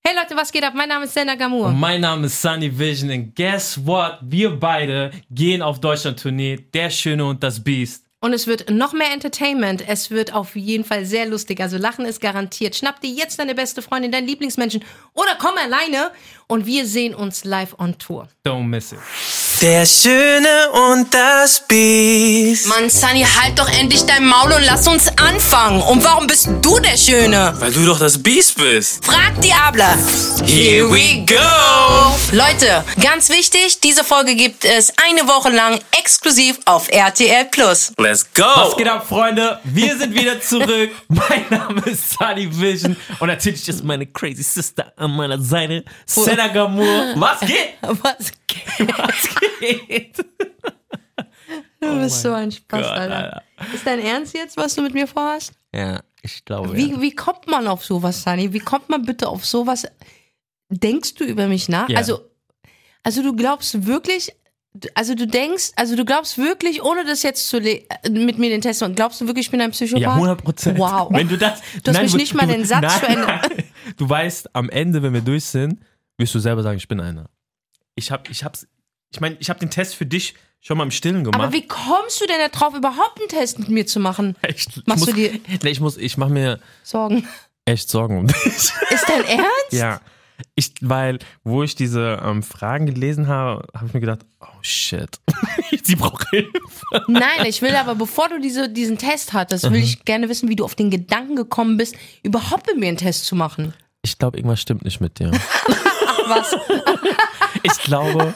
Hey Leute, was geht ab? Mein Name ist Senna Gamur. Und mein Name ist Sunny Vision. Und guess what? Wir beide gehen auf Deutschland-Tournee. Der Schöne und das Biest. Und es wird noch mehr Entertainment. Es wird auf jeden Fall sehr lustig. Also Lachen ist garantiert. Schnapp dir jetzt deine beste Freundin, deinen Lieblingsmenschen oder komm alleine und wir sehen uns live on Tour. Don't miss it. Der Schöne und das Biest. Mann, Sunny, halt doch endlich dein Maul und lass uns anfangen. Und warum bist du der Schöne? Weil du doch das Biest bist. Frag Diabla. Here we go. Leute, ganz wichtig, diese Folge gibt es eine Woche lang exklusiv auf RTL+. Let's go. Was geht ab, Freunde? Wir sind wieder zurück. Mein Name ist Sunny Vision. Und natürlich ist meine crazy Sister an meiner Seite, Senna Gamur. Was geht? Was geht? Was geht? Du bist so ein Spaß, Gott, Alter. Ist dein Ernst jetzt, was du mit mir vorhast? Ja, ich glaube, Wie kommt man auf sowas, Sunny? Wie kommt man bitte auf sowas? Denkst du über mich nach? Ja. Also du glaubst wirklich, du glaubst wirklich, ohne das jetzt mit mir den Test zu machen, glaubst du wirklich, ich bin ein Psychopath? Ja, 100%. Wow. Wenn du das, Du hast mich nicht mal den Satz zu Ende. Nein. Du weißt, am Ende, wenn wir durch sind, wirst du selber sagen, ich bin einer. Ich hab den Test für dich schon mal im Stillen gemacht. Aber wie kommst du denn da drauf, überhaupt einen Test mit mir zu machen? Echt? Machst du dir Ich mache mir Sorgen? echt Sorgen um dich. Ist dein Ernst? Ja. Weil, wo ich diese Fragen gelesen habe, habe ich mir gedacht, oh shit, sie braucht Hilfe. Nein, ich will aber, bevor du diesen Test hattest, will ich gerne wissen, wie du auf den Gedanken gekommen bist, überhaupt mit mir einen Test zu machen. Ich glaube, irgendwas stimmt nicht mit dir. Ach was? Ich glaube.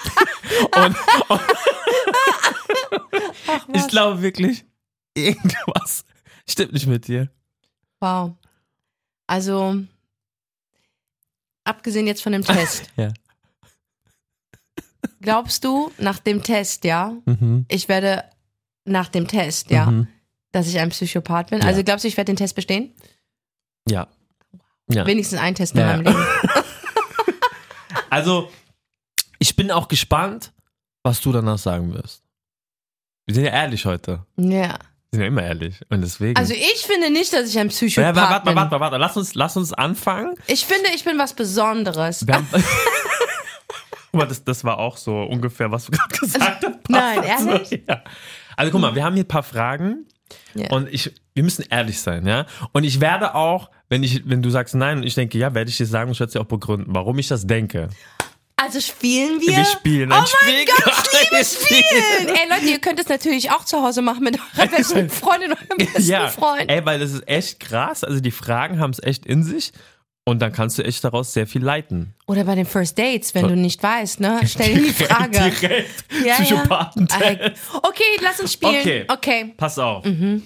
Ich glaube wirklich, irgendwas stimmt nicht mit dir. Wow. Also, abgesehen jetzt von dem Test. Ja. Glaubst du, nach dem Test, ja, Mhm. ich werde nach dem Test, ja, Mhm. dass ich ein Psychopath bin? Ja. Also glaubst du, ich werde den Test bestehen? Ja. Ja. Wenigstens einen Test in Ja. meinem Leben. Also, ich bin auch gespannt, was du danach sagen wirst. Wir sind ja ehrlich heute. Ja. Wir sind ja immer ehrlich. Und deswegen. Also ich finde nicht, dass ich ein Psychopath bin. Warte. Lass uns anfangen. Ich finde, ich bin was Besonderes. Wir haben, guck mal, das war auch so ungefähr, was du gerade gesagt hast. Nein, ehrlich? Ja. Also guck mal, wir haben hier ein paar Fragen. Ja. Und wir müssen ehrlich sein, ja. Und ich werde auch, wenn du sagst nein und ich denke ja, werde ich dir sagen und ich werde dir auch begründen, warum ich das denke. Also spielen wir? Wir spielen Oh ein mein Spiel. Gott, ich liebe Spielen. Ey Leute, ihr könnt es natürlich auch zu Hause machen mit eurer besten Freundin, eurem besten Ja, Freund. ey, weil das ist echt krass. Also die Fragen haben es echt in sich und dann kannst du echt daraus sehr viel leiten. Oder bei den First Dates, wenn du nicht weißt, ne? Stell dir die Frage. Direkt Ja, Psychopathentest. ja. Okay, lass uns spielen. Okay. Pass auf.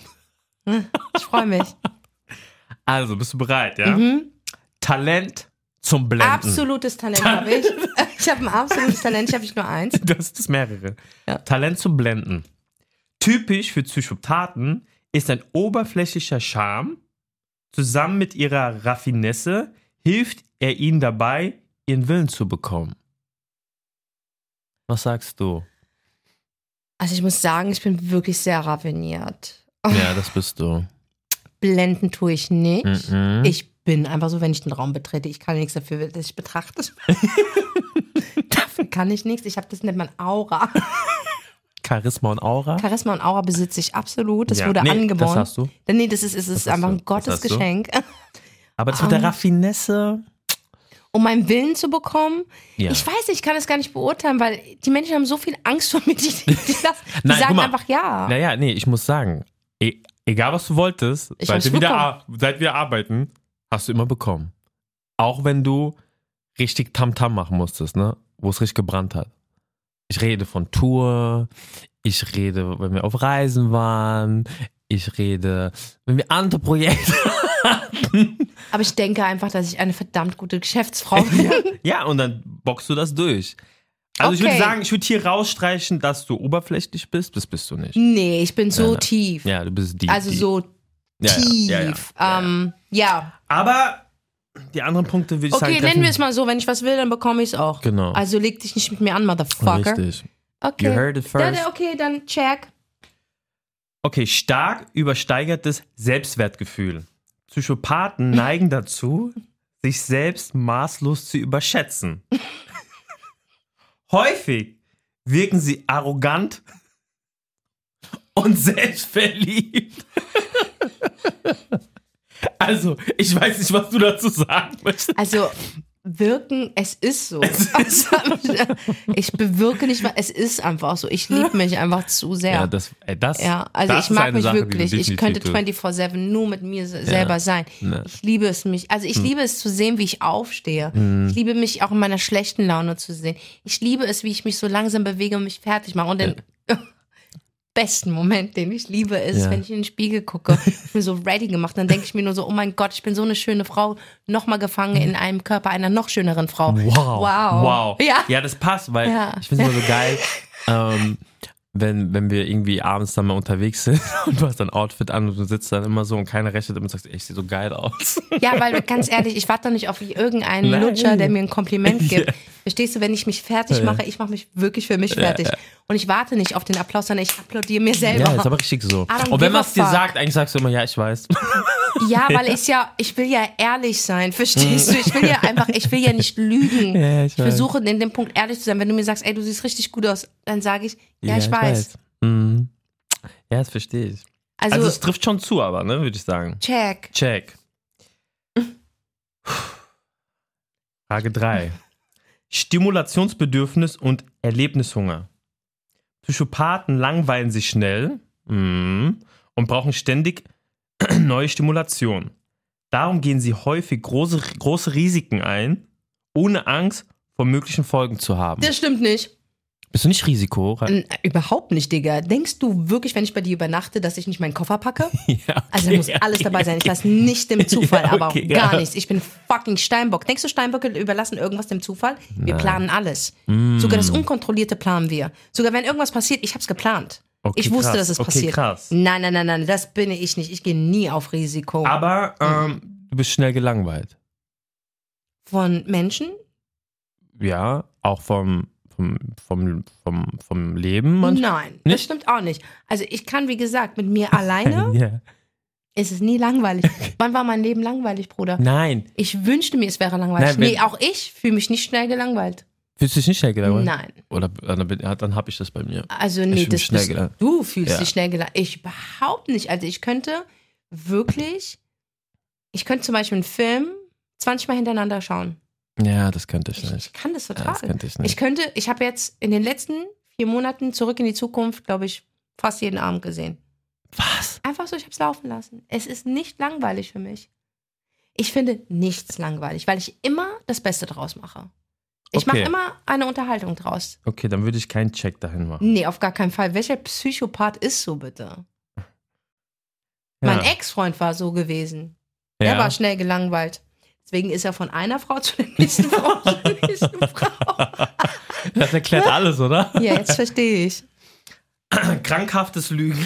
Ich freue mich. Also, bist du bereit, ja? Talent zum Blenden. Absolutes Talent habe ich. Ich habe ein absolutes Talent, ich habe nicht nur eins. Du hast es mehrere. Ja. Talent zum Blenden. Typisch für Psychopathen ist ein oberflächlicher Charme. Zusammen mit ihrer Raffinesse hilft er ihnen dabei, ihren Willen zu bekommen. Was sagst du? Also ich muss sagen, ich bin wirklich sehr raffiniert. Ja, das bist du. Blenden tue ich nicht. Mhm. Ich bin einfach so, wenn ich den Raum betrete, ich kann nichts dafür, dass ich betrachtet. Dafür kann ich nichts. Das nennt man Aura. Charisma und Aura? Charisma und Aura besitze ich absolut. Das Ja. wurde Nee, angeboren. das hast du. Nee, das ist einfach ein hast du. Gottesgeschenk. Aber das mit der Raffinesse? Um meinen Willen zu bekommen. Ja. Ich weiß nicht, ich kann es gar nicht beurteilen, weil die Menschen haben so viel Angst vor mir, die Nein, guck sagen mal. einfach ja. Naja, nee, ich muss sagen, egal was du wolltest, Ich seit hab's wir arbeiten, hast du immer bekommen. Auch wenn du richtig Tamtam machen musstest, ne? Wo es richtig gebrannt hat. Ich rede von Tour, ich rede, wenn wir auf Reisen waren, ich rede, wenn wir andere Projekte hatten. Aber ich denke einfach, dass ich eine verdammt gute Geschäftsfrau bin. Ja, und dann boxst du das durch. Also ich würde Okay. sagen, ich würde hier rausstreichen, dass du oberflächlich bist. Das bist du nicht. Nee, ich bin so Nein. tief. Ja, du bist deep. Also deep. so Ja, tief. ja. Ja. Aber die anderen Punkte würde ich sagen, Okay, nennen wir es mal so, wenn ich was will, dann bekomme ich es auch. Genau. Also leg dich nicht mit mir an, Motherfucker. Richtig. Okay. You heard it first. Okay, dann check. Okay, stark übersteigertes Selbstwertgefühl. Psychopathen neigen dazu, sich selbst maßlos zu überschätzen. Häufig wirken sie arrogant und selbstverliebt. Also, ich weiß nicht, was du dazu sagen möchtest. Also, wirken, es ist so. Also, ich bewirke nicht mal, es ist einfach so. Ich liebe mich einfach zu sehr. Ja, das also das ich ist mag eine mich Sache, wirklich. die du Ich könnte definitiv 24/7 nur mit mir selber sein. Ja. Ich liebe es ich liebe es zu sehen, wie ich aufstehe. Ich liebe mich auch in meiner schlechten Laune zu sehen. Ich liebe es, wie ich mich so langsam bewege und mich fertig mache. Und den besten Moment, den ich liebe, ist, wenn ich in den Spiegel gucke, ich bin so ready gemacht, dann denke ich mir nur so, oh mein Gott, ich bin so eine schöne Frau, nochmal gefangen in einem Körper einer noch schöneren Frau. Wow. Ja. Ja, das passt, weil ich finde es immer so geil, wenn wir irgendwie abends dann mal unterwegs sind und du hast dein Outfit an und du sitzt dann immer so und keiner rechnet und sagst, ich sehe so geil aus. Ja, weil ganz ehrlich, ich warte doch nicht auf irgendeinen Lutscher, der mir ein Kompliment gibt. Verstehst du, wenn ich mich fertig mache, ich mache mich wirklich für mich fertig. Und ich warte nicht auf den Applaus, sondern ich applaudiere mir selber. Ja, ist aber richtig so. don't Und wenn give man a es dir fuck. sagt, eigentlich sagst du immer, ja, ich weiß. Ja, weil ich will ja ehrlich sein, verstehst du? Ich will ja nicht lügen. Ja, ich weiß. Versuche in dem Punkt ehrlich zu sein. Wenn du mir sagst, ey, du siehst richtig gut aus, dann sage ich, ja, ich weiß. Mhm. Ja, das verstehe ich. Also Also es trifft schon zu, aber, ne, würde ich sagen. check. Frage 3. Stimulationsbedürfnis und Erlebnishunger. Psychopathen langweilen sich schnell und brauchen ständig neue Stimulation. Darum gehen sie häufig große Risiken ein, ohne Angst vor möglichen Folgen zu haben. Das stimmt nicht. Bist du nicht Risiko? Überhaupt nicht, Digga. Denkst du wirklich, wenn ich bei dir übernachte, dass ich nicht meinen Koffer packe? Ja, okay, Also da muss alles dabei sein. Ich lasse nicht dem Zufall, Ja, aber auch okay, gar ja. nichts. Ich bin fucking Steinbock. Denkst du, Steinböcke überlassen irgendwas dem Zufall? Wir planen alles. Mm. Sogar das Unkontrollierte planen wir. Sogar wenn irgendwas passiert, ich hab's geplant. Okay, ich wusste, krass. dass es Okay, passiert. krass. Nein, das bin ich nicht. Ich gehe nie auf Risiko. Aber du bist schnell gelangweilt. Von Menschen? Ja, auch vom Leben manchmal. Nein, Nicht? das stimmt auch nicht. Also ich kann, wie gesagt, mit mir alleine Ja. ist es nie langweilig. Wann war mein Leben langweilig, Bruder? Nein. Ich wünschte mir, es wäre langweilig. Nein, wenn- Nee, auch ich fühle mich nicht schnell gelangweilt. Fühlst du dich nicht schnell gelangweilt? Nein. Oder dann habe ich das bei mir. Also Ich nee, fühl mich das schnell bist gelangweilt. du fühlst Ja. dich schnell gelangweilt. Ich überhaupt nicht. Also ich könnte zum Beispiel einen Film 20 Mal hintereinander schauen. Ja, das könnte ich nicht. Ich kann das total. Das könnte ich nicht. Ich habe jetzt in den letzten 4 Monaten Zurück in die Zukunft, glaube ich, fast jeden Abend gesehen. Was? Einfach so, ich habe es laufen lassen. Es ist nicht langweilig für mich. Ich finde nichts langweilig, weil ich immer das Beste draus mache. Ich mache Okay. immer eine Unterhaltung draus. Okay, dann würde ich keinen Check dahin machen. Nee, auf gar keinen Fall. Welcher Psychopath ist so bitte? Ja. Mein Ex-Freund war so gewesen. Er Ja. war schnell gelangweilt. Deswegen ist er von einer Frau zu der nächsten Frau zu der nächsten Frau. Das erklärt alles, oder? Ja, jetzt verstehe ich. Krankhaftes Lügen.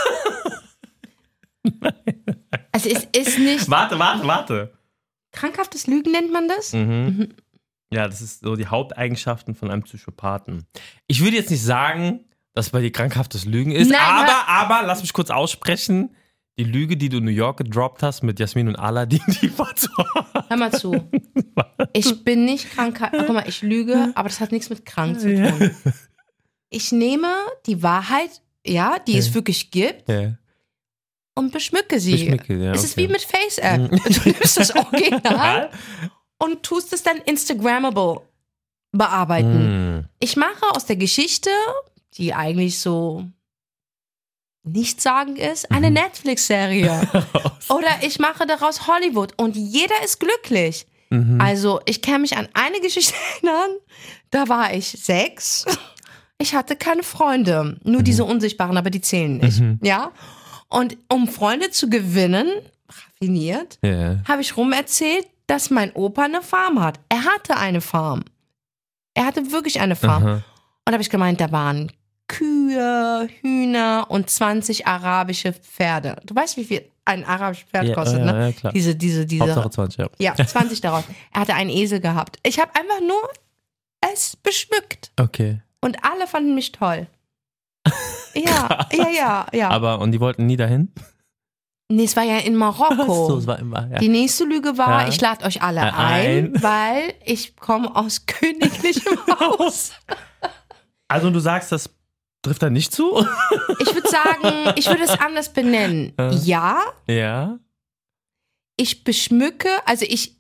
Also es ist nicht... Warte. Krankhaftes Lügen nennt man das? Mhm. Ja, das ist so die Haupteigenschaften von einem Psychopathen. Ich würde jetzt nicht sagen, dass bei dir krankhaftes Lügen ist, Nein, aber lass mich kurz aussprechen. Die Lüge, die du in New York gedroppt hast mit Jasmin und Aladdin, die war zu hart. Hör mal zu. Ich bin nicht krank. Guck mal, ich lüge, aber das hat nichts mit krank zu tun. Ich nehme die Wahrheit, ja, die es wirklich gibt, Ja. und beschmücke sie. Beschmücke, ja, Es ist okay. wie mit Face-App. Du nimmst das Original und tust es dann Instagrammable bearbeiten. Ich mache aus der Geschichte, die eigentlich so nichtssagend ist, eine Netflix-Serie. Oder ich mache daraus Hollywood und jeder ist glücklich. Also ich kann mich an eine Geschichte erinnern, da war ich 6. Ich hatte keine Freunde, nur diese unsichtbaren, aber die zählen nicht. Ja? Und um Freunde zu gewinnen, raffiniert, Ja. habe ich rumerzählt, dass mein Opa eine Farm hat. Er hatte eine Farm. Er hatte wirklich eine Farm. Aha. Und da habe ich gemeint, da waren Kühe, Hühner und 20 arabische Pferde. Du weißt, wie viel ein arabisches Pferd Ja, kostet, ja, ne? ja, klar. Diese. Hauptsache 20, ja. Ja, 20 daraus. Er hatte einen Esel gehabt. Ich habe einfach nur es beschmückt. Okay. Und alle fanden mich toll. Ja. Aber, und die wollten nie dahin? Nee, es war ja in Marokko. So, es war immer, ja. Die nächste Lüge war, Ja. ich lade euch alle ein, weil ich komme aus königlichem Haus. Also du sagst, das trifft da nicht zu? Ich würde sagen, ich würde es anders benennen. Ja, Ja. ich beschmücke, also ich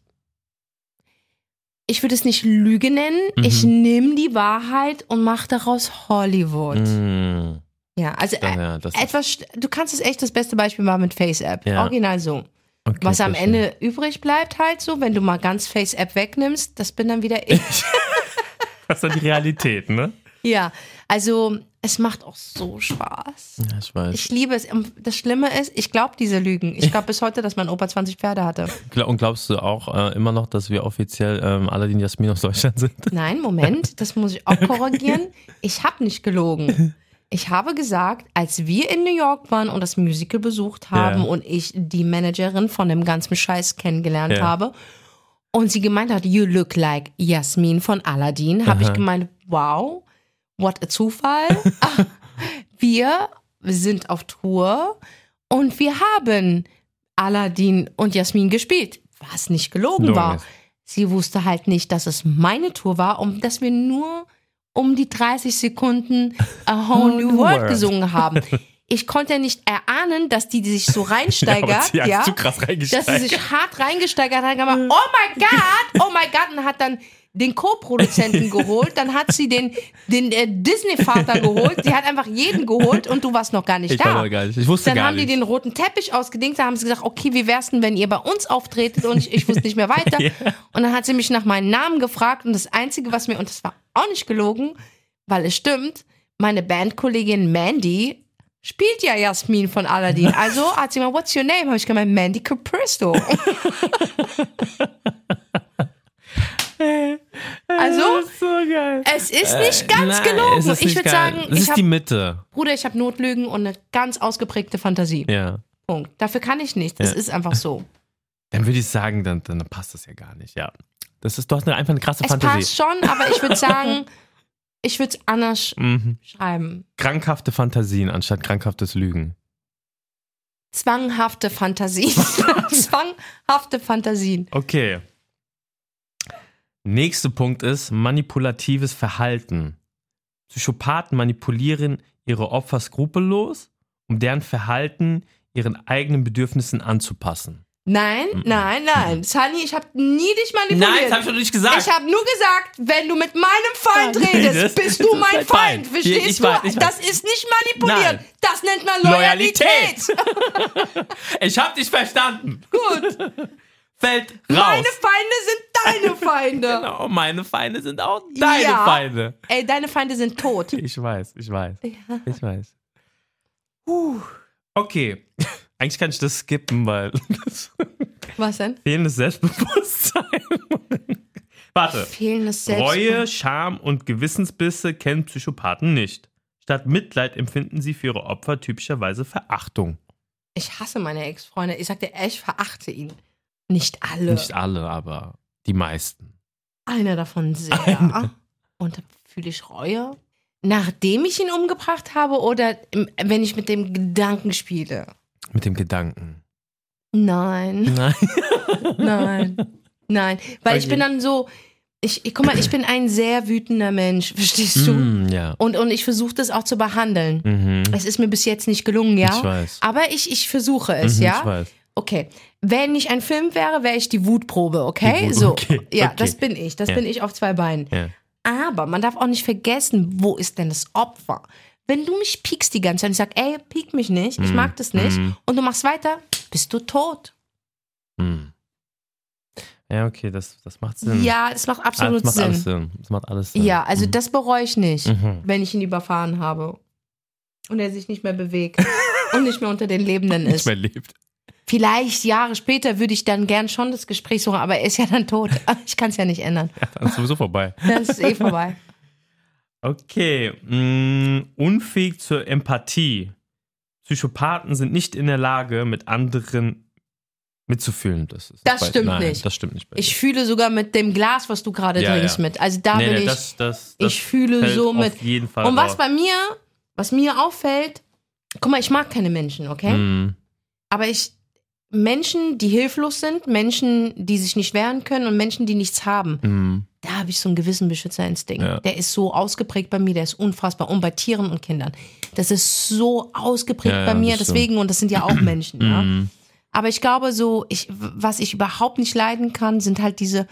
würde es nicht Lüge nennen, ich nehme die Wahrheit und mache daraus Hollywood. Mhm. Ja, also Ja, das ist, etwas, du kannst es echt, das beste Beispiel machen mit FaceApp. Ja. Original so. okay, Was am verstehe. Ende übrig bleibt halt so, wenn du mal ganz FaceApp wegnimmst, das bin dann wieder ich. Das ist dann die Realität, ne? Ja, also es macht auch so Spaß. Ja, ich weiß. Ich liebe es. Und das Schlimme ist, ich glaube diese Lügen. Ich glaube bis heute, dass mein Opa 20 Pferde hatte. Und glaubst du auch immer noch, dass wir offiziell Aladdin Jasmin aus Deutschland sind? Nein, Moment, das muss ich auch korrigieren. Ich habe nicht gelogen. Ich habe gesagt, als wir in New York waren und das Musical besucht haben Ja. und ich die Managerin von dem ganzen Scheiß kennengelernt Ja. habe und sie gemeint hat, you look like Jasmin von Aladdin, habe ich gemeint, wow, what a Zufall. Wir sind auf Tour und wir haben Aladdin und Jasmin gespielt, was nicht gelogen Logisch. war. Sie wusste halt nicht, dass es meine Tour war und dass wir nur um die 30 Sekunden A Whole New World gesungen haben. Ich konnte nicht erahnen, dass die sich so reinsteigert, sie hat zu krass dass reingesteigert. sie sich hart reingesteigert hat, gemacht, oh my God, und hat dann den Co-Produzenten geholt, dann hat sie den Disney-Vater geholt, die hat einfach jeden geholt und du warst noch gar nicht Ich da. war noch gar nicht. Ich wusste Dann gar haben die nicht. den roten Teppich ausgedingt, da haben sie gesagt, okay, wie wär's denn, wenn ihr bei uns auftretet und ich wusste nicht mehr weiter. Ja. Und dann hat sie mich nach meinem Namen gefragt und das Einzige, was mir, und das war auch nicht gelogen, weil es stimmt, meine Bandkollegin Mandy spielt ja Jasmin von Aladdin. Also hat sie mal, what's your name? Habe ich gemeint, Mandy Capristo. Also, Das ist so geil. es ist nicht ganz Nein, gelogen. es ist Ich nicht würde geil. sagen, es ist die Mitte. Bruder, ich habe Notlügen und eine ganz ausgeprägte Fantasie. Ja. Punkt. Dafür kann ich nichts. Es Ja. ist einfach so. Dann würde ich sagen, dann passt das ja gar nicht. Ja. Das ist, du hast einfach eine krasse Es Fantasie. passt schon, aber ich würde sagen, ich würde es anders Mhm. schreiben. Krankhafte Fantasien anstatt krankhaftes Lügen. Zwanghafte Fantasien. Zwanghafte Fantasien. Okay. Nächster Punkt ist manipulatives Verhalten. Psychopathen manipulieren ihre Opfer skrupellos, um deren Verhalten ihren eigenen Bedürfnissen anzupassen. Nein, nein. Sunny, ich habe nie dich manipuliert. ich doch nicht gesagt. Ich habe nur gesagt, wenn du mit meinem Feind redest, bist du mein dein Feind. Feind. Verstehst Ich du? weiß, ich weiß. Das ist nicht manipulieren. Nein. Das nennt man Loyalität. Ich hab dich verstanden. Gut. Fällt raus. Meine Feinde sind deine Feinde. Genau, meine Feinde sind auch deine Ja. Feinde. Ey, deine Feinde sind tot. Ich weiß. Ich weiß. Okay. Eigentlich kann ich das skippen, weil das Was denn? fehlendes Selbstbewusstsein. Warte. Fehlendes Reue, Scham und Gewissensbisse kennen Psychopathen nicht. Statt Mitleid empfinden sie für ihre Opfer typischerweise Verachtung. Ich hasse meine Ex-Freunde. Ich sag dir, ich verachte ihn. Nicht alle. Nicht alle, aber die meisten. Einer davon sehr. Und da fühle ich Reue. Nachdem ich ihn umgebracht habe oder wenn ich mit dem Gedanken spiele? Mit dem Gedanken. Nein, Nein. nein. Weil ich Okay. bin dann so, guck mal, ich bin ein sehr wütender Mensch, verstehst du? Ja. Und ich versuche das auch zu behandeln. Mhm. Es ist mir bis jetzt nicht gelungen, ja? Ich weiß. Aber ich versuche es, ja? Ich weiß. Okay, wenn ich ein Film wäre, wäre ich die Wutprobe, okay? Die Wut- So, okay, ja, okay. das bin ich. Das Ja. bin ich auf 2 Beinen. Ja. Aber man darf auch nicht vergessen, wo ist denn das Opfer? Wenn du mich piekst die ganze Zeit und ich sag, ey, piek mich nicht, ich mag das nicht, und du machst weiter, bist du tot. Mhm. Ja, okay, das macht Sinn. Ja, das macht absolut das macht alles Sinn. Sinn. Das macht alles Sinn. Ja, also das bereue ich nicht, Mhm. wenn ich ihn überfahren habe. Und er sich nicht mehr bewegt und nicht mehr unter den Lebenden Nicht ist. mehr lebt. Vielleicht Jahre später würde ich dann gern schon das Gespräch suchen, aber er ist ja dann tot. Ich kann es ja nicht ändern. Ja, dann ist sowieso vorbei. Dann ist es eh vorbei. Okay. Unfähig zur Empathie. Psychopathen sind nicht in der Lage, mit anderen mitzufühlen. Das stimmt Nein, nicht. Das stimmt nicht. bei Ich fühle sogar mit dem Glas, was du gerade Ja, trinkst, ja. mit. Also da dir. bin Nee, ich. das Ich fühle fällt so mit. Auf jeden Fall Und raus. was mir auffällt, guck mal, ich mag keine Menschen, okay? Mhm. Aber ich Menschen, die hilflos sind, Menschen, die sich nicht wehren können und Menschen, die nichts haben. Da habe ich so einen gewissen Beschützerinstinkt. Ja. Der ist so ausgeprägt bei mir, der ist unfassbar. Und bei Tieren und Kindern. Das ist so ausgeprägt bei mir, deswegen, und das sind ja auch Menschen. Ja. Aber ich glaube was ich überhaupt nicht leiden kann, sind halt diese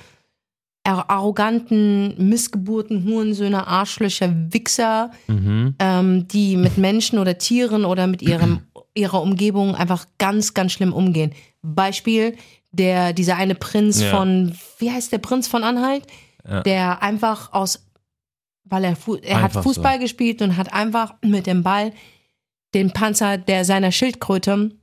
arroganten Missgeburten, Hurensöhne, Arschlöcher, Wichser, die mit Menschen oder Tieren oder mit ihrer Umgebung einfach ganz, ganz schlimm umgehen. Beispiel, dieser eine Prinz von, wie heißt der Prinz von Anhalt? Ja. Der einfach weil er hat Fußball gespielt und hat einfach mit dem Ball den Panzer seiner Schildkröte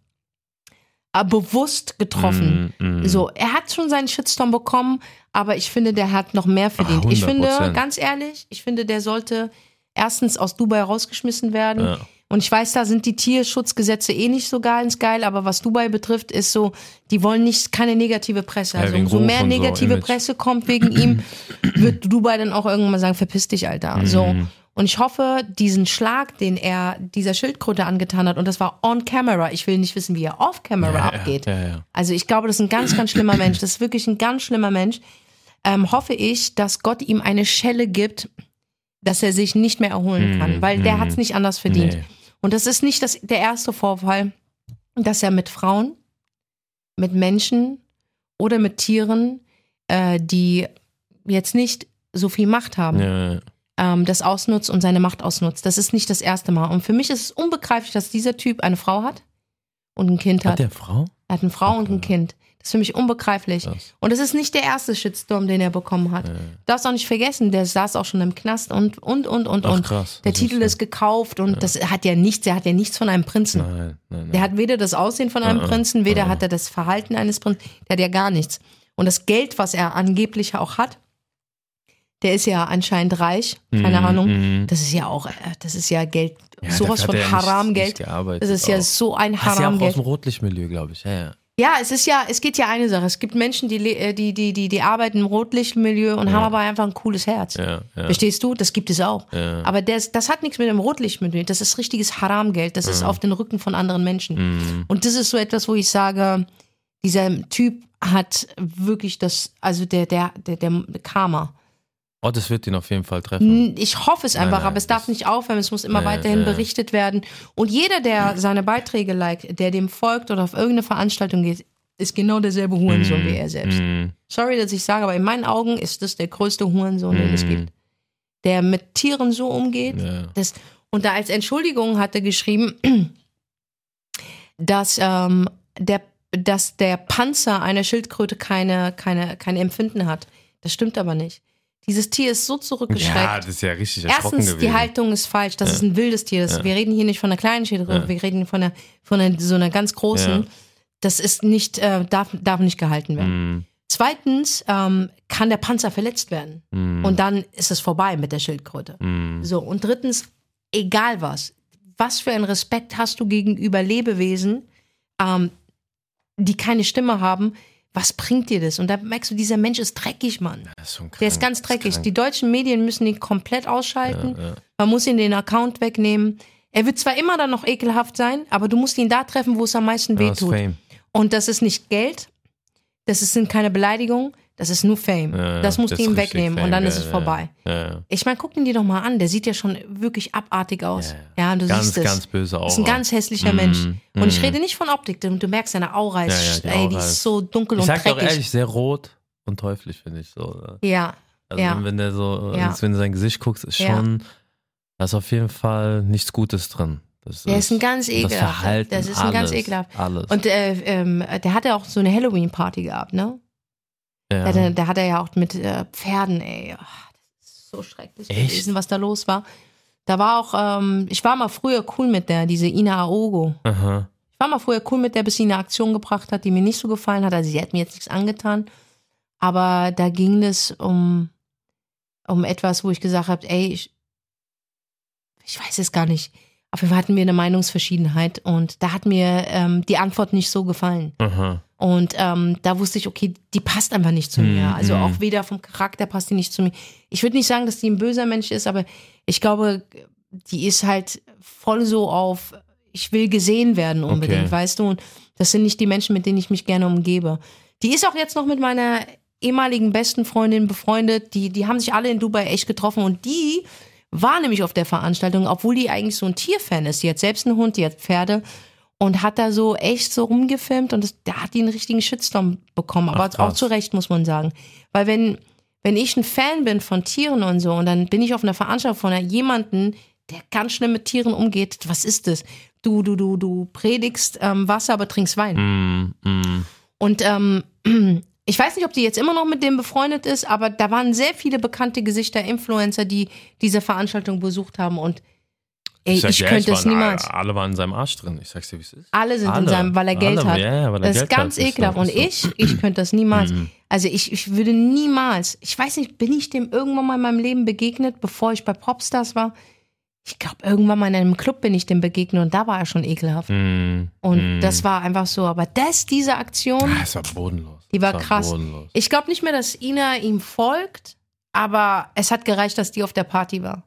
bewusst getroffen. So, er hat schon seinen Shitstorm bekommen, aber ich finde, der hat noch mehr verdient. 100%. Ich finde, ganz ehrlich, der sollte erstens aus Dubai rausgeschmissen werden. Ja. Und ich weiß, da sind die Tierschutzgesetze nicht so ganz geil, aber was Dubai betrifft, ist so, die wollen keine negative Presse. Also umso mehr negative Presse kommt wegen ihm, wird Dubai dann auch irgendwann mal sagen, verpiss dich, Alter. So. Und ich hoffe, diesen Schlag, den er dieser Schildkröte angetan hat, und das war on camera, ich will nicht wissen, wie er off camera abgeht. Ja. Also ich glaube, das ist ein ganz, ganz schlimmer Mensch. Das ist wirklich ein ganz schlimmer Mensch. Hoffe ich, dass Gott ihm eine Schelle gibt, dass er sich nicht mehr erholen kann, weil der hat es nicht anders verdient. Nee. Und das ist nicht der erste Vorfall, dass er mit Frauen, mit Menschen oder mit Tieren, die jetzt nicht so viel Macht haben, das ausnutzt und seine Macht ausnutzt. Das ist nicht das erste Mal. Und für mich ist es unbegreiflich, dass dieser Typ eine Frau hat und ein Kind hat. Hat der eine Frau? Er hat eine Frau und ein Kind. Das ist für mich unbegreiflich. Krass. Und das ist nicht der erste Shitstorm, den er bekommen hat. Darfst auch nicht vergessen, der saß auch schon im Knast und. Ach, krass. Der Titel ist gekauft und das hat ja nichts von einem Prinzen. Nein. Der hat weder das Aussehen von einem Prinzen, weder hat er das Verhalten eines Prinzen. Der hat ja gar nichts. Und das Geld, was er angeblich auch hat, der ist ja anscheinend reich, keine Ahnung. Das ist ja Geld, sowas von Haram-Geld. Das ist ja so ein Haram-Geld. Das ist ja auch aus dem Rotlichtmilieu, glaube ich. Ja, es geht ja eine Sache. Es gibt Menschen, die arbeiten im Rotlichtmilieu und haben aber einfach ein cooles Herz. Ja. Verstehst du? Das gibt es auch. Ja. Aber das hat nichts mit dem Rotlichtmilieu. Das ist richtiges Haramgeld. Das ist auf den Rücken von anderen Menschen. Und das ist so etwas, wo ich sage, dieser Typ hat wirklich der Karma. Oh, das wird ihn auf jeden Fall treffen. Ich hoffe es einfach, aber es darf nicht aufhören, es muss immer weiterhin berichtet werden. Und jeder, der seine Beiträge liked, der dem folgt oder auf irgendeine Veranstaltung geht, ist genau derselbe Hurensohn wie er selbst. Sorry, dass ich sage, aber in meinen Augen ist das der größte Hurensohn, den es gibt. Der mit Tieren so umgeht. Ja. Und da als Entschuldigung hat er geschrieben, dass der Panzer einer Schildkröte keine Empfinden hat. Das stimmt aber nicht. Dieses Tier ist so zurückgeschreckt. Ja, das ist ja richtig erschrocken gewesen. Erstens, die Haltung ist falsch. Das ist ein wildes Tier. Wir reden hier nicht von einer kleinen Schildkröte, wir reden von so einer ganz großen. Das ist nicht, darf nicht gehalten werden. Zweitens kann der Panzer verletzt werden. Und dann ist es vorbei mit der Schildkröte. So, und drittens, egal was für einen Respekt hast du gegenüber Lebewesen, die keine Stimme haben. Was bringt dir das? Und da merkst du, dieser Mensch ist dreckig, Mann. Der ist ganz dreckig. Die deutschen Medien müssen ihn komplett ausschalten. Man muss ihn den Account wegnehmen. Er wird zwar immer dann noch ekelhaft sein, aber du musst ihn da treffen, wo es am meisten wehtut. Und das ist nicht Geld, sind keine Beleidigungen, das ist nur Fame. Das musst du ihm wegnehmen Fame, und dann ist es vorbei. Ich meine, guck ihn dir doch mal an, der sieht ja schon wirklich abartig aus. Ja, und du siehst es. Ganz böse Aura. Das ist ein ganz hässlicher Mensch. Und ich rede nicht von Optik, du merkst, seine Aura ist, die ist so dunkel und dreckig. Ich sag doch ehrlich, sehr rot und teuflisch, finde ich so. Ja. Also wenn der so, wenn du sein Gesicht guckst, ist schon, da ist auf jeden Fall nichts Gutes drin. Der ist ein ganz ekelhaft. Das ist ein ganz ekelhaft. Alles. Und der hat ja auch so eine Halloween-Party gehabt, ne? Ja. Da hat er ja auch mit Pferden, ey. Oh, das ist so schrecklich gewesen, was da los war. Da war auch, ich war mal früher cool mit diese Ina Aogo. Aha. Ich war mal früher cool mit der, bis sie eine Aktion gebracht hat, die mir nicht so gefallen hat. Also sie hat mir jetzt nichts angetan. Aber da ging es um etwas, wo ich gesagt habe, ey, ich weiß es gar nicht. Auf jeden Fall hatten wir eine Meinungsverschiedenheit und da hat mir die Antwort nicht so gefallen. Aha. Und da wusste ich, okay, die passt einfach nicht zu mir. Also auch weder vom Charakter passt die nicht zu mir. Ich würde nicht sagen, dass die ein böser Mensch ist, aber ich glaube, die ist halt voll so auf, ich will gesehen werden unbedingt, weißt du? Und Das sind nicht die Menschen, mit denen ich mich gerne umgebe. Die ist auch jetzt noch mit meiner ehemaligen besten Freundin befreundet. Die haben sich alle in Dubai echt getroffen und die war nämlich auf der Veranstaltung, obwohl die eigentlich so ein Tierfan ist. Die hat selbst einen Hund, die hat Pferde und hat da so echt so rumgefilmt und da hat die einen richtigen Shitstorm bekommen. Aber auch zu Recht, muss man sagen. Weil wenn ich ein Fan bin von Tieren und so und dann bin ich auf einer Veranstaltung von jemandem, der ganz schnell mit Tieren umgeht, was ist das? Du predigst Wasser, aber trinkst Wein. Und ich weiß nicht, ob die jetzt immer noch mit dem befreundet ist, aber da waren sehr viele bekannte Gesichter, Influencer, die diese Veranstaltung besucht haben und ich könnte es niemals. Alle waren in seinem Arsch drin, ich sag's dir, wie es ist. Alle sind in seinem, weil er Geld hat. Ja, weil er das ist Geld ganz hat, ekelhaft und ich könnte das niemals. Also ich würde niemals, ich weiß nicht, bin ich dem irgendwann mal in meinem Leben begegnet, bevor ich bei Popstars war? Ich glaube, irgendwann mal in einem Club bin ich dem begegnet und da war er schon ekelhaft. Und das war einfach so. Aber diese Aktion, das war bodenlos. Die war krass. Bodenlos. Ich glaube nicht mehr, dass Ina ihm folgt, aber es hat gereicht, dass die auf der Party war.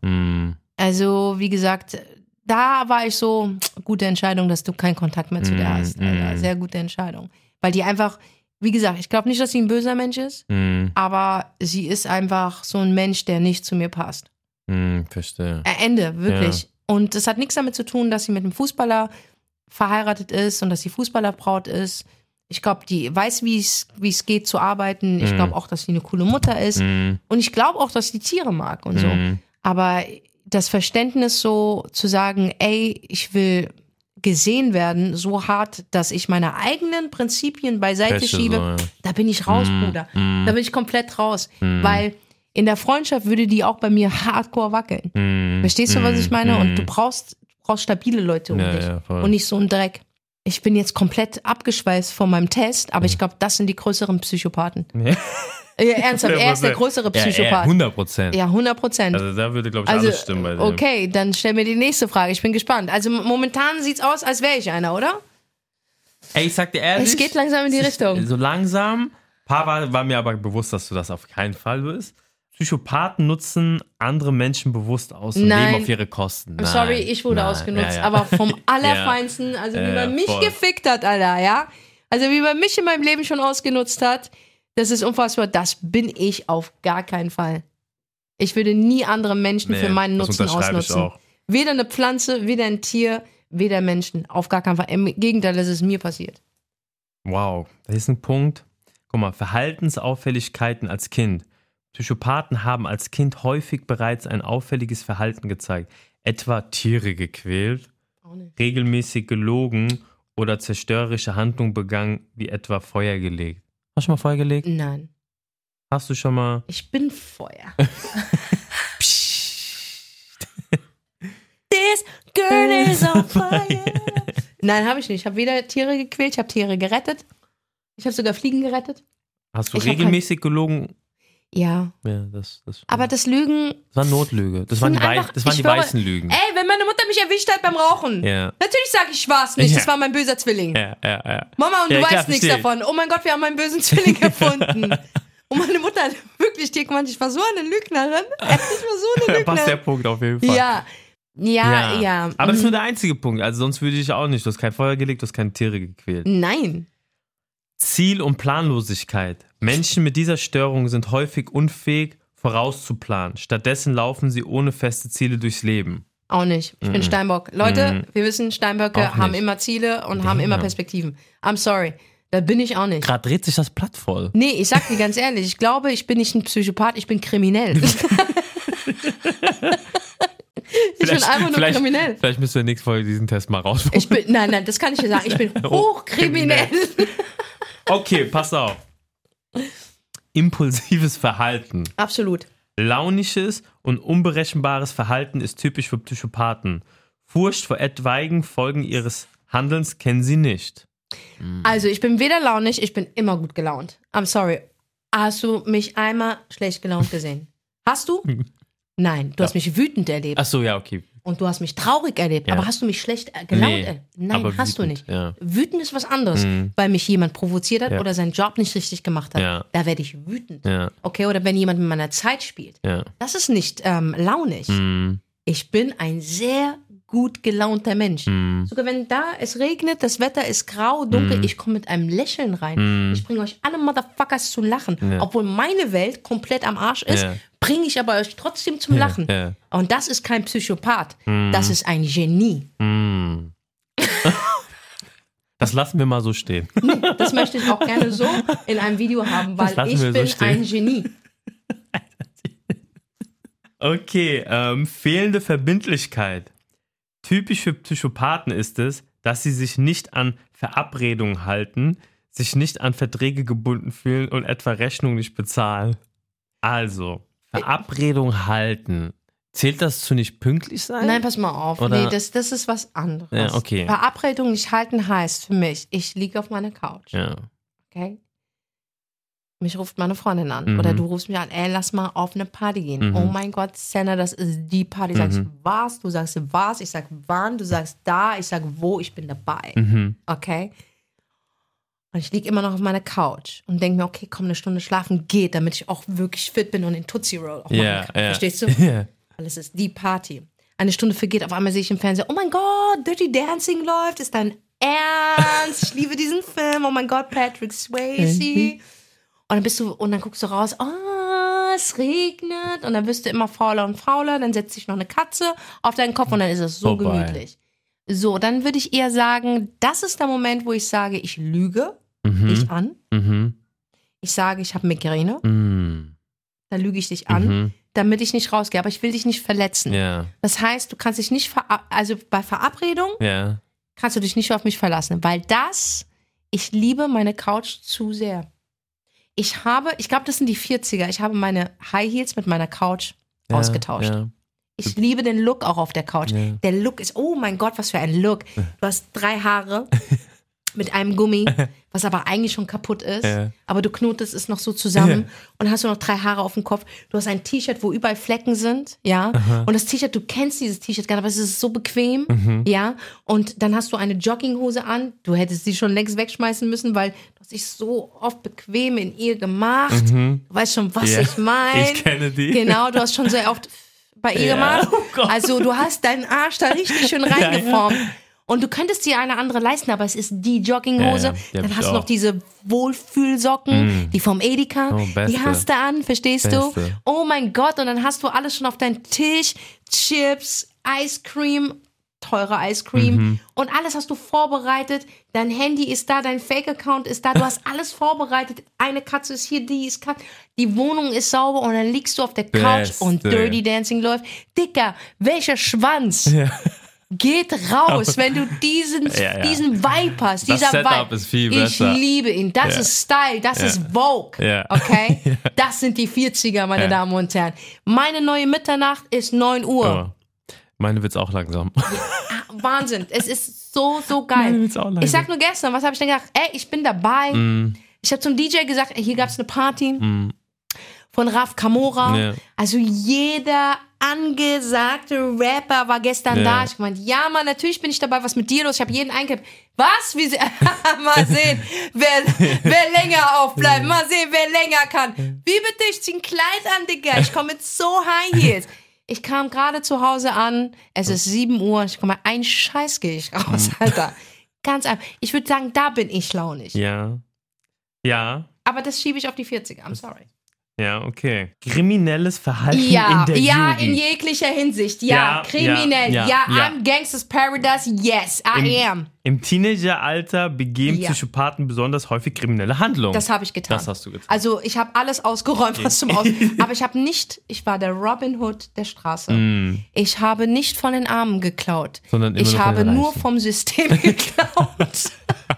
Also, wie gesagt, da war ich so, gute Entscheidung, dass du keinen Kontakt mehr zu der hast. Alter. Sehr gute Entscheidung. Weil die einfach, wie gesagt, ich glaube nicht, dass sie ein böser Mensch ist, aber sie ist einfach so ein Mensch, der nicht zu mir passt. Verstehe. Ende, wirklich. Ja. Und das hat nichts damit zu tun, dass sie mit einem Fußballer verheiratet ist und dass sie Fußballerbraut ist. Ich glaube, die weiß, wie es geht zu arbeiten. Ich glaube auch, dass sie eine coole Mutter ist. Und ich glaube auch, dass sie Tiere mag und so. Aber das Verständnis so zu sagen, ey, ich will gesehen werden, so hart, dass ich meine eigenen Prinzipien beiseite schiebe, so, ja. Da bin ich raus, Bruder. Da bin ich komplett raus. Weil in der Freundschaft würde die auch bei mir hardcore wackeln. Verstehst du, was ich meine? Und du brauchst stabile Leute um dich. Ja, und nicht so einen Dreck. Ich bin jetzt komplett abgeschweißt von meinem Test, aber ich glaube, das sind die größeren Psychopathen. Ja. Ja, ernsthaft, er ist der größere Psychopath. 100%. Ja, 100%. Also da würde, glaube ich, alles stimmen bei dem. Okay, dann stell mir die nächste Frage. Ich bin gespannt. Also momentan sieht's aus, als wäre ich einer, oder? Ey, ich sag dir ehrlich. Es geht langsam in die Richtung. So langsam. War mir aber bewusst, dass du das auf keinen Fall bist. Psychopathen nutzen andere Menschen bewusst aus und leben auf ihre Kosten. I'm sorry, ich wurde ausgenutzt, aber vom Allerfeinsten, also wie man mich gefickt hat, Alter, ja? Also wie man mich in meinem Leben schon ausgenutzt hat, das ist unfassbar, das bin ich auf gar keinen Fall. Ich würde nie andere Menschen für meinen Nutzen ausnutzen. Weder eine Pflanze, weder ein Tier, weder Menschen, auf gar keinen Fall. Im Gegenteil, das ist mir passiert. Wow, das ist ein Punkt. Guck mal, Verhaltensauffälligkeiten als Kind. Psychopathen haben als Kind häufig bereits ein auffälliges Verhalten gezeigt, etwa Tiere gequält, regelmäßig gelogen oder zerstörerische Handlungen begangen, wie etwa Feuer gelegt. Hast du schon mal Feuer gelegt? Nein. Hast du schon mal... Ich bin Feuer. This girl is on fire. Nein, habe ich nicht. Ich habe weder Tiere gequält, ich habe Tiere gerettet. Ich habe sogar Fliegen gerettet. Hast du regelmäßig gelogen? Ja. Das aber das Lügen... Das war Notlüge. Das waren die weißen Lügen. Ey, wenn meine Mutter mich erwischt hat beim Rauchen. Ja. Natürlich sage ich, ich war's nicht. Das war mein böser Zwilling. Ja. Mama, und du weißt nichts davon. Oh mein Gott, wir haben einen bösen Zwilling gefunden. Und meine Mutter hat wirklich dir gemeint, ich war so eine Lügnerin. Ich war so eine Lügnerin. Da passt der Punkt auf jeden Fall. Ja. Aber das ist nur der einzige Punkt. Also sonst würde ich auch nicht. Du hast kein Feuer gelegt, du hast keine Tiere gequält. Nein. Ziel- und Planlosigkeit. Menschen mit dieser Störung sind häufig unfähig, vorauszuplanen. Stattdessen laufen sie ohne feste Ziele durchs Leben. Auch nicht. Ich bin Steinbock. Leute, wir wissen, Steinböcke haben immer Ziele und haben immer Perspektiven. I'm sorry. Da bin ich auch nicht. Gerade dreht sich das Blatt voll. Nee, ich sag dir ganz ehrlich, ich glaube, ich bin nicht ein Psychopath, ich bin kriminell. Ich bin einfach nur kriminell. Vielleicht müssen wir in der nächsten Folge diesen Test mal rausfinden. Nein, das kann ich dir sagen. Ich bin hochkriminell. Okay, pass auf. Impulsives Verhalten. Absolut. Launisches und unberechenbares Verhalten ist typisch für Psychopathen. Furcht vor etwaigen Folgen ihres Handelns kennen sie nicht. Also ich bin weder launig, ich bin immer gut gelaunt. I'm sorry. Hast du mich einmal schlecht gelaunt gesehen? Hast du? Nein, du hast mich wütend erlebt. Ach so, ja, okay. Und du hast mich traurig erlebt, aber hast du mich schlecht gelaunt erlebt? Nein, hast du nicht. Ja. Wütend ist was anderes, weil mich jemand provoziert hat oder seinen Job nicht richtig gemacht hat. Ja. Da werde ich wütend. Ja. Okay, oder wenn jemand mit meiner Zeit spielt. Ja. Das ist nicht launig. Ich bin ein sehr gut gelaunter Mensch. Sogar wenn es regnet, das Wetter ist grau, dunkel, ich komme mit einem Lächeln rein. Ich bringe euch alle Motherfuckers zu lachen. Obwohl meine Welt komplett am Arsch ist, bringe ich aber euch trotzdem zum Lachen. Und das ist kein Psychopath. Das ist ein Genie. Das lassen wir mal so stehen. Nee, das möchte ich auch gerne so in einem Video haben, weil ich bin ein Genie. Okay, fehlende Verbindlichkeit. Typisch für Psychopathen ist es, dass sie sich nicht an Verabredungen halten, sich nicht an Verträge gebunden fühlen und etwa Rechnungen nicht bezahlen. Also, Verabredung halten. Zählt das zu nicht pünktlich sein? Nein, pass mal auf. Oder? Nee, das ist was anderes. Ja, okay. Verabredung nicht halten heißt für mich, ich liege auf meiner Couch. Ja. Okay? Mich ruft meine Freundin an. Oder du rufst mich an, ey, lass mal auf eine Party gehen. Oh mein Gott, Senna, das ist die Party. Sag ich, was? Du sagst, was? Ich sag, wann? Du sagst, da. Ich sag, wo? Ich bin dabei. Okay? Und ich liege immer noch auf meiner Couch und denke mir, okay, komm, eine Stunde schlafen geht, damit ich auch wirklich fit bin und den Tootsie Roll auch machen kann. Verstehst du? Alles ist die Party. Eine Stunde vergeht, auf einmal sehe ich im Fernsehen, oh mein Gott, Dirty Dancing läuft, ist dein Ernst? Ich liebe diesen Film, oh mein Gott, Patrick Swayze. Und dann guckst du raus, oh, es regnet. Und dann wirst du immer fauler und fauler, dann setzt sich noch eine Katze auf deinen Kopf und dann ist es so gemütlich. So, dann würde ich eher sagen, das ist der Moment, wo ich sage, ich lüge dich an. Ich sage, ich habe Migräne. Dann lüge ich dich an, damit ich nicht rausgehe. Aber ich will dich nicht verletzen. Das heißt, du kannst dich nicht, also bei Verabredung kannst du dich nicht auf mich verlassen. Weil ich liebe meine Couch zu sehr. Ich glaube, das sind die 40er. Ich habe meine High Heels mit meiner Couch ausgetauscht. Ich liebe den Look auch auf der Couch. Der Look ist, oh mein Gott, was für ein Look. Du hast 3 Haare mit einem Gummi, was aber eigentlich schon kaputt ist. Aber du knotest es noch so zusammen und hast du noch 3 Haare auf dem Kopf. Du hast ein T-Shirt, wo überall Flecken sind, Und das T-Shirt, du kennst dieses T-Shirt gar nicht, aber es ist so bequem, Und dann hast du eine Jogginghose an. Du hättest sie schon längst wegschmeißen müssen, weil du hast dich so oft bequem in ihr gemacht. Du weißt schon, was ich meine. Ich kenne die. Genau, du hast schon sehr oft bei ihr gemacht. Oh Also du hast deinen Arsch da richtig schön reingeformt. Und du könntest dir eine andere leisten, aber es ist die Jogginghose. Dann hast du noch diese Wohlfühlsocken, die vom Edeka. Die hast du an, verstehst du? Oh mein Gott, und dann hast du alles schon auf deinem Tisch. Chips, Ice Cream, teure Ice Cream. Und alles hast du vorbereitet. Dein Handy ist da, dein Fake-Account ist da. Du hast alles vorbereitet. Eine Katze ist hier, die ist kacke. Die Wohnung ist sauber und dann liegst du auf der Couch und Dirty Dancing läuft. Dicker, welcher Schwanz geht raus, wenn du diesen Vibe hast. Das Dieser Setup Vibe. ist viel besser. Ich liebe ihn. Das ist Style, das ist Vogue. Okay? Das sind die 40er, meine Damen und Herren. Meine neue Mitternacht ist 9 Uhr. Meine wird's auch langsam. Wahnsinn. Es ist so geil. Ich sag nur gestern, was habe ich denn gedacht? Ey, ich bin dabei. Ich habe zum DJ gesagt, hier gab's eine Party von Raf Kamora. Also jeder angesagte Rapper war gestern da. Ich meinte, ja Mann, natürlich bin ich dabei. Was mit dir los? Ich habe jeden eingekippt. Was? Mal sehen, wer länger aufbleibt. Mal sehen, wer länger kann. Wie bitte? Ich zieh ein Kleid an, Digga. Ich komme mit so High Heels. Ich kam gerade zu Hause an. Es ist 7 Uhr. Ich komme, ein Scheiß gehe ich raus, Alter. Ganz einfach. Ich würde sagen, da bin ich launig. Ja. Aber das schiebe ich auf die 40er. I'm sorry. Ja, okay. Kriminelles Verhalten in der Jugend. Ja, in jeglicher Hinsicht. Ja, kriminell. I'm Gangsters Paradise. Yes, I am. Im Teenageralter begehen Psychopathen besonders häufig kriminelle Handlungen. Das habe ich getan. Das hast du getan. Also ich habe alles ausgeräumt, was zum aber ich war der Robin Hood der Straße. Ich habe nicht von den Armen geklaut. Sondern immer ich habe nur vom System geklaut.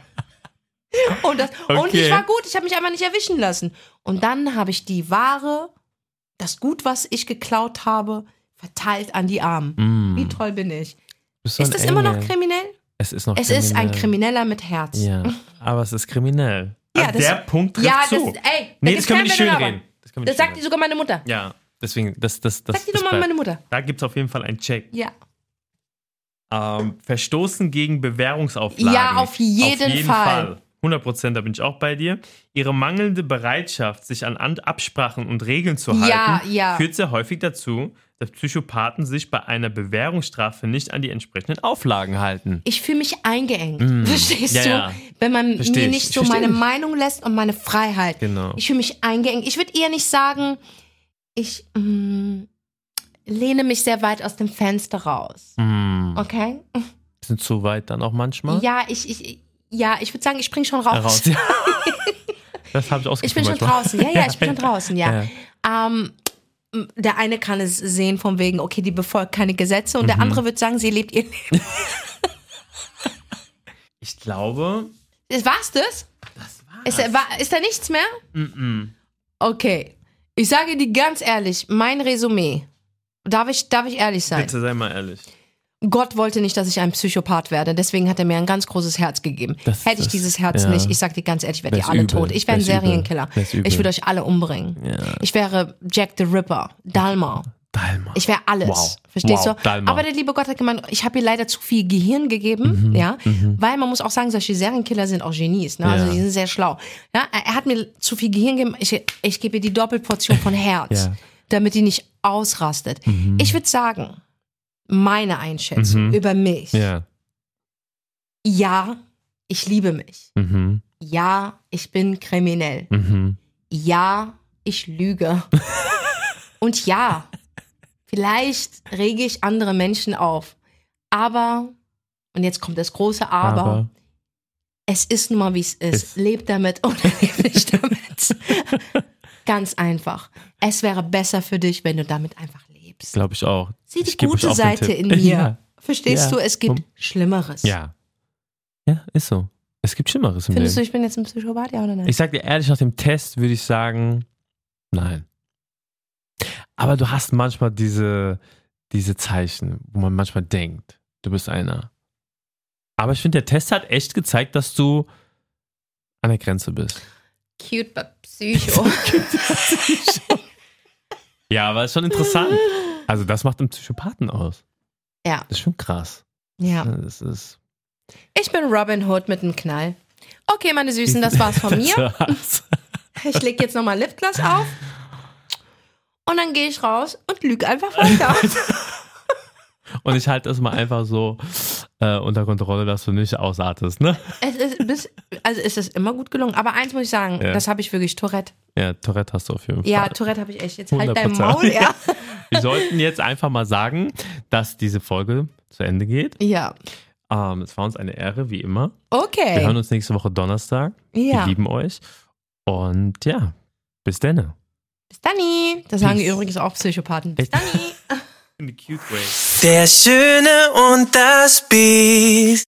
Und ich war gut, ich habe mich einfach nicht erwischen lassen. Und dann habe ich die Ware, das Gut, was ich geklaut habe, verteilt an die Armen. Wie toll bin ich. Ist das immer noch kriminell? Es ist noch kriminell. Es ist ein Krimineller mit Herz. Ja, aber es ist kriminell. Ja, der Punkt trifft zu. Das können wir nicht schönreden. Das sagt dir sogar meine Mutter. Ja, deswegen, das sagt dir doch mal meine Mutter. Da gibt es auf jeden Fall einen Check. Ja. Verstoßen gegen Bewährungsauflagen. Ja, auf jeden Fall. 100%, da bin ich auch bei dir. Ihre mangelnde Bereitschaft, sich an Absprachen und Regeln zu halten, führt sehr häufig dazu, dass Psychopathen sich bei einer Bewährungsstrafe nicht an die entsprechenden Auflagen halten. Ich fühle mich eingeengt. Verstehst du? Ja. Wenn man mir nicht so meine dich. Meinung lässt und meine Freiheit. Genau. Ich fühle mich eingeengt. Ich würde eher nicht sagen, ich lehne mich sehr weit aus dem Fenster raus. Okay? Sind zu weit dann auch manchmal? Ja, ich würde sagen, ich spring schon raus. Ja. Das habe ich ausgeführt. Ich bin schon draußen. Ja, ich bin schon draußen, ja. Der eine kann es sehen von wegen, okay, die befolgt keine Gesetze und der andere wird sagen, sie lebt ihr Leben. Ich glaube... War's das? Das war's. Ist da nichts mehr? Okay. Ich sage dir ganz ehrlich, mein Resümee. Darf ich ehrlich sein? Bitte sei mal ehrlich. Gott wollte nicht, dass ich ein Psychopath werde, deswegen hat er mir ein ganz großes Herz gegeben. Hätte ich dieses Herz nicht, ich sag dir ganz ehrlich, ich wäre die alle tot. Ich wäre ein Serienkiller. Ich würde euch alle umbringen. Ja. Ich wäre Jack the Ripper, Dahmer. Ich wäre alles. Wow. Verstehst du? Dahmer. Aber der liebe Gott hat gemeint, ich habe ihr leider zu viel Gehirn gegeben, weil man muss auch sagen, solche Serienkiller sind auch Genies, ne? Also die sind sehr schlau. Ja? Er hat mir zu viel Gehirn gegeben, ich gebe ihr die Doppelportion von Herz, damit die nicht ausrastet. Ich würde sagen, meine Einschätzung über mich. Ja, ich liebe mich. Ja, ich bin kriminell. Ja, ich lüge. Und ja, vielleicht rege ich andere Menschen auf. Aber, und jetzt kommt das große Aber, es ist nun mal, wie es ist. Lebt damit oder lebt nicht damit. Ganz einfach. Es wäre besser für dich, wenn du damit einfach lebst. Glaube ich auch. Sieh die gute Seite in mir. Ja. Verstehst du? Es gibt Schlimmeres. Ja. Ja, ist so. Es gibt Schlimmeres im Findest du, Leben. ich bin jetzt ein Psychopath, ja oder nein? Ich sag dir ehrlich, nach dem Test würde ich sagen, nein. Aber du hast manchmal diese Zeichen, wo man manchmal denkt, du bist einer. Aber ich finde, der Test hat echt gezeigt, dass du an der Grenze bist. Cute, but Psycho. Ja, aber ist schon interessant. Also das macht einen Psychopathen aus. Ja. Das ist schon krass. Ja. Das ist... Ich bin Robin Hood mit einem Knall. Okay, meine Süßen, das war's von mir. Ich leg jetzt nochmal Lipgloss auf. Und dann gehe ich raus und lüge einfach weiter. Und ich halte das mal einfach so unter Kontrolle, dass du nicht ausartest, ne? Es ist immer gut gelungen. Aber eins muss ich sagen, das habe ich wirklich, Tourette. Ja, Tourette hast du auf jeden Fall. Ja, Tourette habe ich echt. Jetzt halt 100%. dein Maul, ja. Wir sollten jetzt einfach mal sagen, dass diese Folge zu Ende geht. Ja. Es war uns eine Ehre, wie immer. Okay. Wir hören uns nächste Woche Donnerstag. Ja. Wir lieben euch. Und ja, bis dann. Bis Danny. Das sagen übrigens auch Psychopathen. Bis Danny. In the cute way. Der Schöne und das Biest.